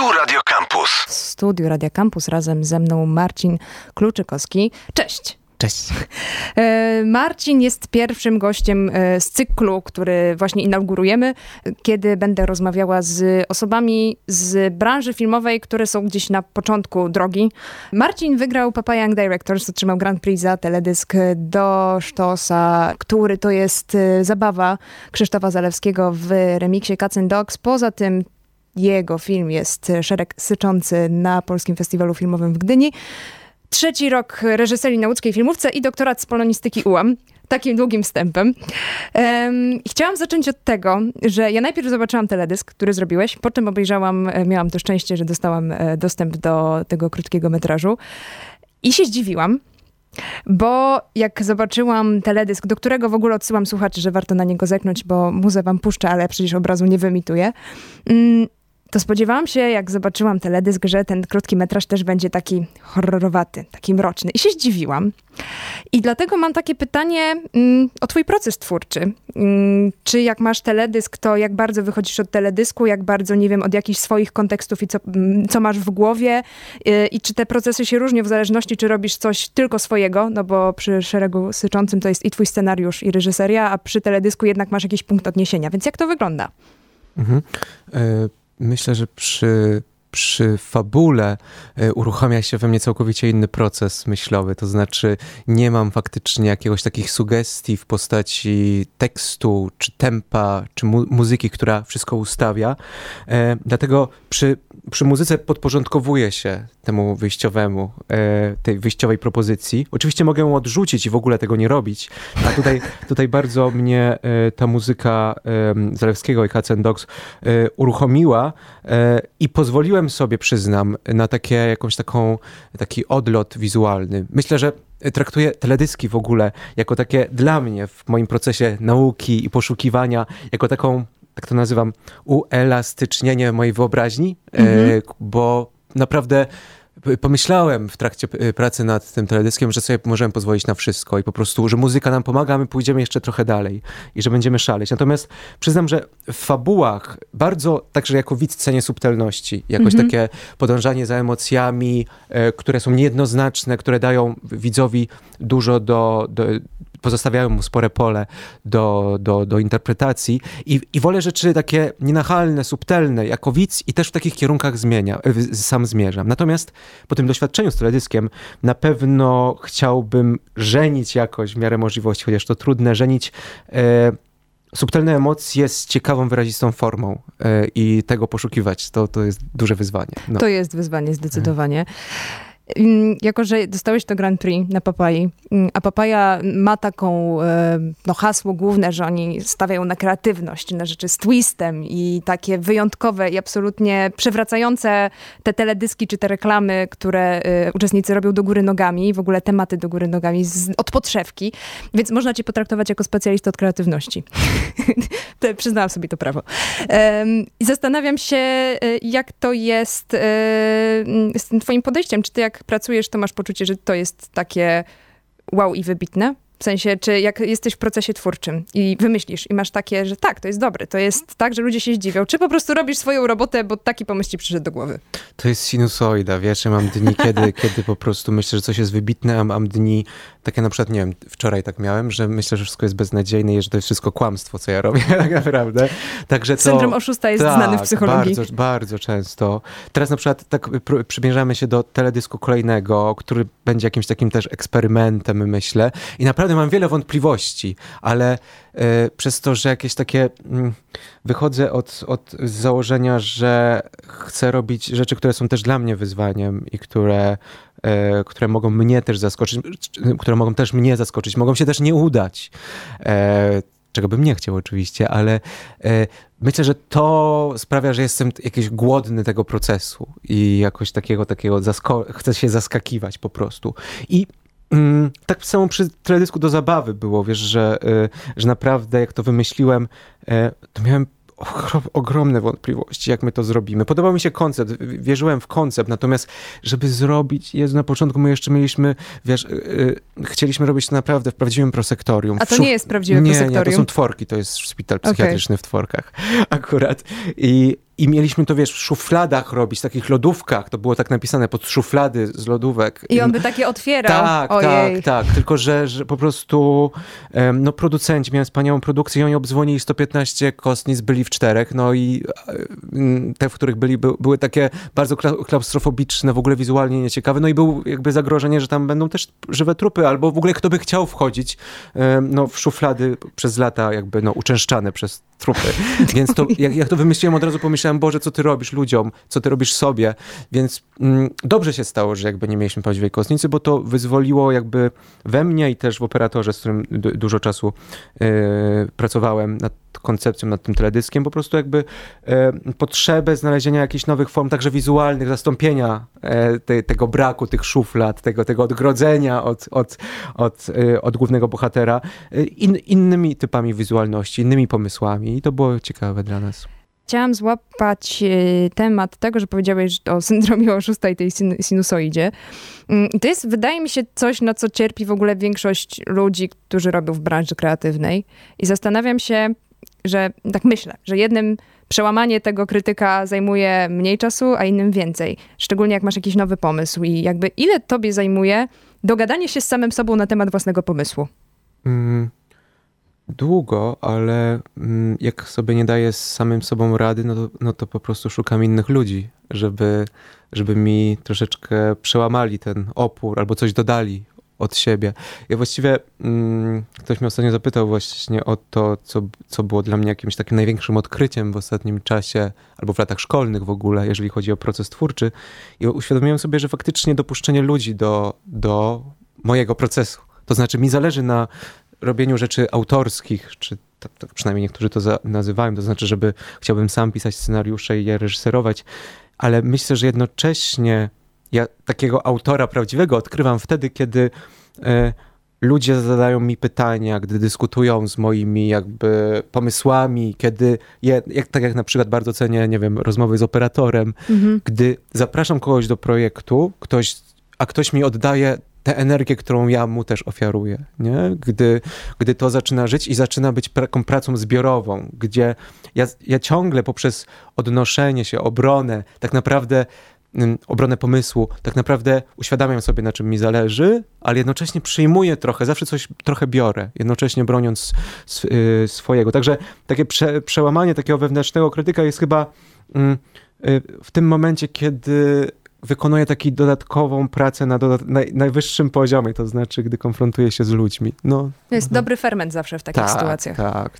Tu Radio Campus. W studiu Radio Campus razem ze mną Marcin Kluczykowski. Cześć! Cześć. Marcin jest pierwszym gościem z cyklu, który właśnie inaugurujemy, kiedy będę rozmawiała z osobami z branży filmowej, które są gdzieś na początku drogi. Marcin wygrał Papaya Young Directors, otrzymał Grand Prix za teledysk do Sztosa, który to jest zabawa Krzysztofa Zalewskiego w remiksie Cats and Dogs. Poza tym jego film jest Szereg syczący na Polskim Festiwalu Filmowym w Gdyni. 3. rok reżyserii na łódzkiej filmówce i doktorat z polonistyki UAM. Takim długim wstępem. Chciałam zacząć od tego, że ja najpierw zobaczyłam teledysk, który zrobiłeś, po czym miałam to szczęście, że dostałam dostęp do tego krótkiego metrażu i się zdziwiłam, bo jak zobaczyłam teledysk, do którego w ogóle odsyłam słuchaczy, że warto na niego zerknąć, bo muzę wam puszczę, ale przecież obrazu nie wyemituję, to spodziewałam się, jak zobaczyłam teledysk, że ten krótki metraż też będzie taki horrorowaty, taki mroczny. I się zdziwiłam. I dlatego mam takie pytanie o twój proces twórczy. Czy jak masz teledysk, to jak bardzo wychodzisz od teledysku, jak bardzo, nie wiem, od jakichś swoich kontekstów i co masz w głowie? I czy te procesy się różnią w zależności, czy robisz coś tylko swojego? No bo przy Szeregu syczącym to jest i twój scenariusz, i reżyseria, a przy teledysku jednak masz jakiś punkt odniesienia. Więc jak to wygląda? Myślę, że przy fabule uruchamia się we mnie całkowicie inny proces myślowy. To znaczy nie mam faktycznie jakiegoś takich sugestii w postaci tekstu, czy tempa, czy muzyki, która wszystko ustawia. Dlatego przy muzyce podporządkowuję się temu wyjściowemu, tej wyjściowej propozycji. Oczywiście mogę ją odrzucić i w ogóle tego nie robić, a tutaj bardzo mnie ta muzyka Zalewskiego i Cats and Dogs uruchomiła i pozwoliłem sobie, przyznam, na taki odlot wizualny. Myślę, że traktuję teledyski w ogóle jako takie dla mnie w moim procesie nauki i poszukiwania, jako taką, tak to nazywam, uelastycznienie mojej wyobraźni, bo naprawdę pomyślałem w trakcie pracy nad tym teledyskiem, że sobie możemy pozwolić na wszystko i po prostu, że muzyka nam pomaga, my pójdziemy jeszcze trochę dalej i że będziemy szaleć. Natomiast przyznam, że w fabułach bardzo, także jako widz, cenię subtelności, jakoś takie podążanie za emocjami, które są niejednoznaczne, które dają widzowi dużo pozostawiają mu spore pole do interpretacji i wolę rzeczy takie nienachalne, subtelne, jako widz i też w takich kierunkach sam zmierzam. Natomiast po tym doświadczeniu z teledyskiem na pewno chciałbym żenić jakoś w miarę możliwości, chociaż to trudne, żenić subtelne emocje z ciekawą, wyrazistą formą i tego poszukiwać. To jest duże wyzwanie. No. To jest wyzwanie zdecydowanie. Jako że dostałeś to Grand Prix na Papai, a Papaya ma taką hasło główne, że oni stawiają na kreatywność, na rzeczy z twistem i takie wyjątkowe i absolutnie przewracające te teledyski czy te reklamy, które uczestnicy robią do góry nogami, w ogóle tematy do góry nogami od podszewki, więc można cię potraktować jako specjalistę od kreatywności. Przyznałam sobie to prawo. I zastanawiam się, jak to jest z tym twoim podejściem. Czy ty jak pracujesz, to masz poczucie, że to jest takie wow i wybitne? W sensie, czy jak jesteś w procesie twórczym i wymyślisz i masz takie, że tak, to jest dobre, to jest tak, że ludzie się zdziwią, czy po prostu robisz swoją robotę, bo taki pomysł ci przyszedł do głowy? To jest sinusoida, wiesz, ja mam dni, kiedy po prostu myślę, że coś jest wybitne, a mam dni, takie na przykład, nie wiem, wczoraj tak miałem, że myślę, że wszystko jest beznadziejne i że to jest wszystko kłamstwo, co ja robię tak naprawdę. Także syndrom oszusta jest znany w psychologii. Bardzo, bardzo często. Teraz na przykład tak przymierzamy się do teledysku kolejnego, który będzie jakimś takim też eksperymentem, myślę. I naprawdę mam wiele wątpliwości, ale przez to, że jakieś takie wychodzę od założenia, że chcę robić rzeczy, które są też dla mnie wyzwaniem i które mogą mnie też zaskoczyć, które mogą też mnie zaskoczyć, mogą się też nie udać. Czego bym nie chciał oczywiście, ale myślę, że to sprawia, że jestem jakiś głodny tego procesu i jakoś takiego chcę się zaskakiwać po prostu. I tak samo przy teledysku do zabawy było, wiesz, że naprawdę jak to wymyśliłem, to miałem ogromne wątpliwości, jak my to zrobimy. Podobał mi się koncept, wierzyłem w koncept, natomiast żeby zrobić, na początku my jeszcze mieliśmy, wiesz, chcieliśmy robić to naprawdę w prawdziwym prosektorium. A to nie jest prawdziwe prosektorium? Nie, to są tworki, to jest szpital psychiatryczny w Tworkach akurat. I I mieliśmy to, wiesz, w szufladach robić, w takich lodówkach. To było tak napisane pod szuflady z lodówek. I on by takie otwierał. Tak. Tylko, że po prostu no producenci, miałem wspaniałą produkcję i oni obdzwonili 115 kostnic, byli w 4. No i te, w których były takie bardzo klaustrofobiczne, w ogóle wizualnie nieciekawe. No i był jakby zagrożenie, że tam będą też żywe trupy, albo w ogóle kto by chciał wchodzić no, w szuflady przez lata jakby no, uczęszczane przez trupy. Więc to, jak to wymyśliłem, od razu pomyślałem, Boże, co ty robisz ludziom, co ty robisz sobie. Więc dobrze się stało, że jakby nie mieliśmy prawdziwej kostnicy, bo to wyzwoliło jakby we mnie i też w operatorze, z którym dużo czasu pracowałem nad koncepcją, nad tym teledyskiem, po prostu jakby potrzebę znalezienia jakichś nowych form, także wizualnych, zastąpienia tego braku, tych szuflad, tego odgrodzenia od głównego bohatera innymi typami wizualności, innymi pomysłami i to było ciekawe dla nas. Chciałam złapać temat tego, że powiedziałeś o syndromie oszusta i tej sinusoidzie. I to jest, wydaje mi się, coś, na co cierpi w ogóle większość ludzi, którzy robią w branży kreatywnej. I zastanawiam się, że tak myślę, że jednym przełamanie tego krytyka zajmuje mniej czasu, a innym więcej. Szczególnie jak masz jakiś nowy pomysł i jakby ile tobie zajmuje dogadanie się z samym sobą na temat własnego pomysłu? Długo, ale jak sobie nie daję z samym sobą rady, no to po prostu szukam innych ludzi, żeby mi troszeczkę przełamali ten opór albo coś dodali od siebie. Ja właściwie, ktoś mnie ostatnio zapytał właśnie o to, co było dla mnie jakimś takim największym odkryciem w ostatnim czasie, albo w latach szkolnych w ogóle, jeżeli chodzi o proces twórczy. I uświadomiłem sobie, że faktycznie dopuszczenie ludzi do mojego procesu. To znaczy mi zależy na robieniu rzeczy autorskich, czy tak przynajmniej niektórzy to nazywają, to znaczy, chciałbym sam pisać scenariusze i je reżyserować, ale myślę, że jednocześnie ja takiego autora prawdziwego odkrywam wtedy, kiedy ludzie zadają mi pytania, gdy dyskutują z moimi jakby pomysłami, kiedy tak jak na przykład bardzo cenię, nie wiem, rozmowy z operatorem, gdy zapraszam kogoś do projektu, a ktoś mi oddaje tę energię, którą ja mu też ofiaruję, nie? Gdy to zaczyna żyć i zaczyna być taką pracą zbiorową, gdzie ja ciągle poprzez odnoszenie się, obronę pomysłu, tak naprawdę uświadamiam sobie, na czym mi zależy, ale jednocześnie przyjmuję zawsze coś trochę biorę, jednocześnie broniąc swojego. Także takie przełamanie takiego wewnętrznego krytyka jest chyba w tym momencie, kiedy wykonuję taką dodatkową pracę na najwyższym poziomie, to znaczy, gdy konfrontuję się z ludźmi. To jest dobry ferment zawsze w takich sytuacjach. Tak.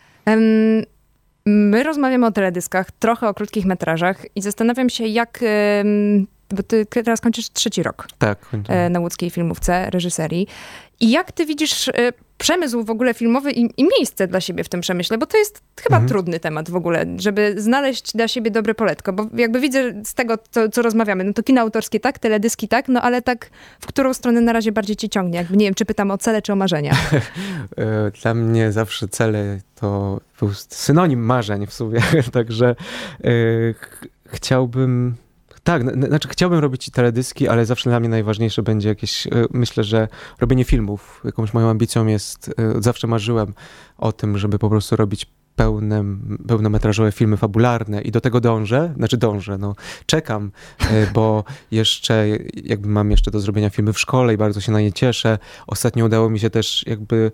My rozmawiamy o teledyskach, trochę o krótkich metrażach i zastanawiam się, bo ty teraz kończysz 3. rok na łódzkiej filmówce reżyserii. I jak ty widzisz przemysł w ogóle filmowy i miejsce dla siebie w tym przemyśle? Bo to jest chyba trudny temat w ogóle, żeby znaleźć dla siebie dobre poletko. Bo jakby widzę z tego, co rozmawiamy, no to kino autorskie tak, teledyski tak, no ale tak w którą stronę na razie bardziej cię ciągnie? Jakby nie wiem, czy pytam o cele, czy o marzenia? Dla mnie zawsze cele to był synonim marzeń w sumie. Także chciałbym robić teledyski, ale zawsze dla mnie najważniejsze będzie jakieś, myślę, że robienie filmów. Jakąś moją ambicją jest, zawsze marzyłem o tym, żeby po prostu robić pełnometrażowe filmy fabularne i do tego czekam, bo jeszcze mam jeszcze do zrobienia filmy w szkole i bardzo się na nie cieszę. Ostatnio udało mi się też jakby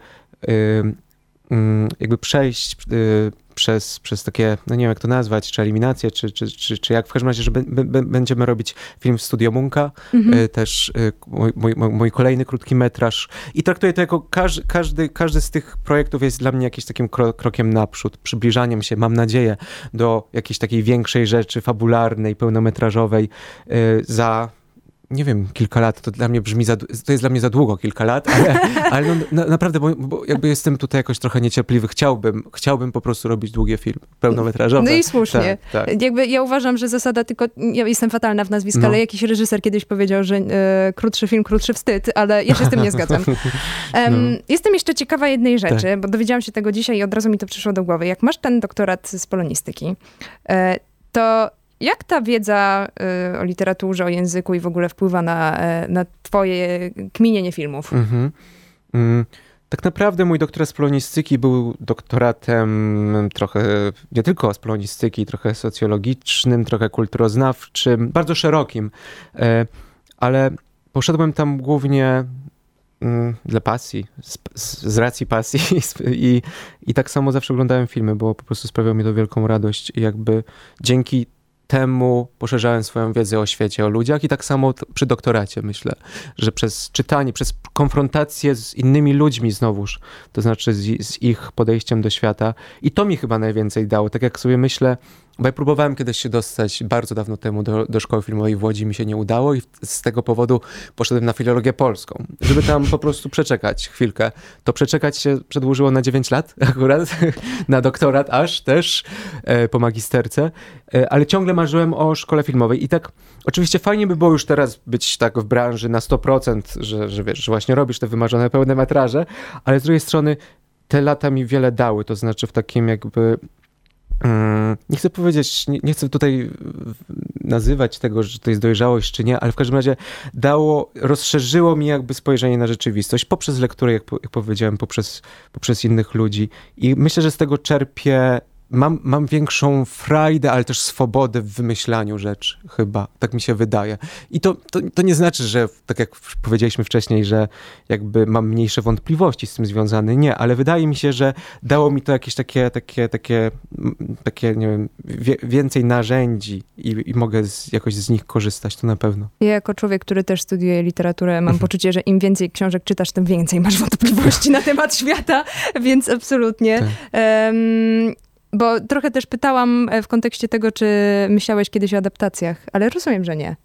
przejść przez takie, no nie wiem jak to nazwać, czy eliminację, czy jak, w każdym razie, że będziemy robić film w Studio Munka, też mój kolejny krótki metraż i traktuję to jako każdy z tych projektów jest dla mnie jakimś takim krokiem naprzód, przybliżaniem się, mam nadzieję, do jakiejś takiej większej rzeczy fabularnej, pełnometrażowej za nie wiem, kilka lat, to dla mnie to jest dla mnie za długo kilka lat, ale naprawdę, bo jakby jestem tutaj jakoś trochę niecierpliwy. Chciałbym po prostu robić długie filmy, pełnometrażowe. No i słusznie. Tak. Jakby ja uważam, że zasada ja jestem fatalna w nazwiskach, ale jakiś reżyser kiedyś powiedział, że krótszy film, krótszy wstyd, ale ja się z tym nie zgadzam. Jestem jeszcze ciekawa jednej rzeczy, bo dowiedziałam się tego dzisiaj i od razu mi to przyszło do głowy. Jak masz ten doktorat z polonistyki, to jak ta wiedza o literaturze, o języku i w ogóle wpływa na twoje kminienie filmów? Tak naprawdę mój doktorat z polonistyki był doktoratem trochę nie tylko z polonistyki, trochę socjologicznym, trochę kulturoznawczym, bardzo szerokim, ale poszedłem tam głównie dla pasji, z racji pasji i tak samo zawsze oglądałem filmy, bo po prostu sprawiało mi to wielką radość i jakby dzięki temu poszerzałem swoją wiedzę o świecie, o ludziach i tak samo przy doktoracie myślę, że przez czytanie, przez konfrontację z innymi ludźmi znowuż, to znaczy z ich podejściem do świata i to mi chyba najwięcej dało. Tak jak sobie myślę, bo ja próbowałem kiedyś się dostać bardzo dawno temu do szkoły filmowej w Łodzi, mi się nie udało i z tego powodu poszedłem na filologię polską, żeby tam po prostu przeczekać chwilkę. To przeczekać się przedłużyło na 9 lat akurat, na doktorat aż też po magisterce, ale ciągle marzyłem o szkole filmowej i tak oczywiście fajnie by było już teraz być tak w branży na 100%, że wiesz, że właśnie robisz te wymarzone pełne metraże, ale z drugiej strony te lata mi wiele dały, to znaczy w takim jakby nie chcę powiedzieć, nie chcę tutaj nazywać tego, że to jest dojrzałość czy nie, ale w każdym razie rozszerzyło mi jakby spojrzenie na rzeczywistość poprzez lekturę, jak powiedziałem, poprzez innych ludzi i myślę, że z tego czerpię, mam większą frajdę, ale też swobodę w wymyślaniu rzeczy chyba, tak mi się wydaje. I to nie znaczy, że tak jak powiedzieliśmy wcześniej, że jakby mam mniejsze wątpliwości z tym związane, nie, ale wydaje mi się, że dało mi to jakieś takie nie wiem, więcej narzędzi i mogę jakoś z nich korzystać, to na pewno. Ja jako człowiek, który też studiuje literaturę, mam poczucie, że im więcej książek czytasz, tym więcej masz wątpliwości na temat świata, więc absolutnie. Tak. Bo trochę też pytałam w kontekście tego, czy myślałeś kiedyś o adaptacjach, ale rozumiem, że nie.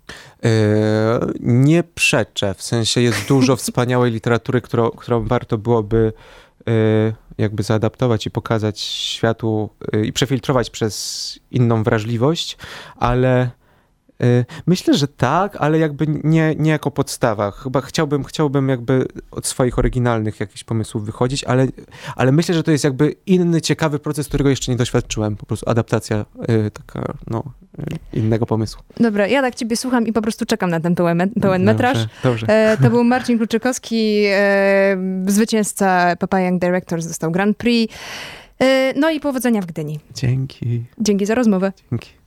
Nie przeczę. W sensie jest dużo wspaniałej literatury, którą warto byłoby jakby zaadaptować i pokazać światu i przefiltrować przez inną wrażliwość, ale myślę, że tak, ale jakby nie jako podstawa. Chyba chciałbym jakby od swoich oryginalnych jakichś pomysłów wychodzić, ale myślę, że to jest jakby inny, ciekawy proces, którego jeszcze nie doświadczyłem. Po prostu adaptacja taka, innego pomysłu. Dobra, ja tak ciebie słucham i po prostu czekam na ten pełen metraż. Dobrze. To był Marcin Kluczykowski, zwycięzca Papaya Young Directors, dostał Grand Prix. No i powodzenia w Gdyni. Dzięki. Dzięki za rozmowę. Dzięki.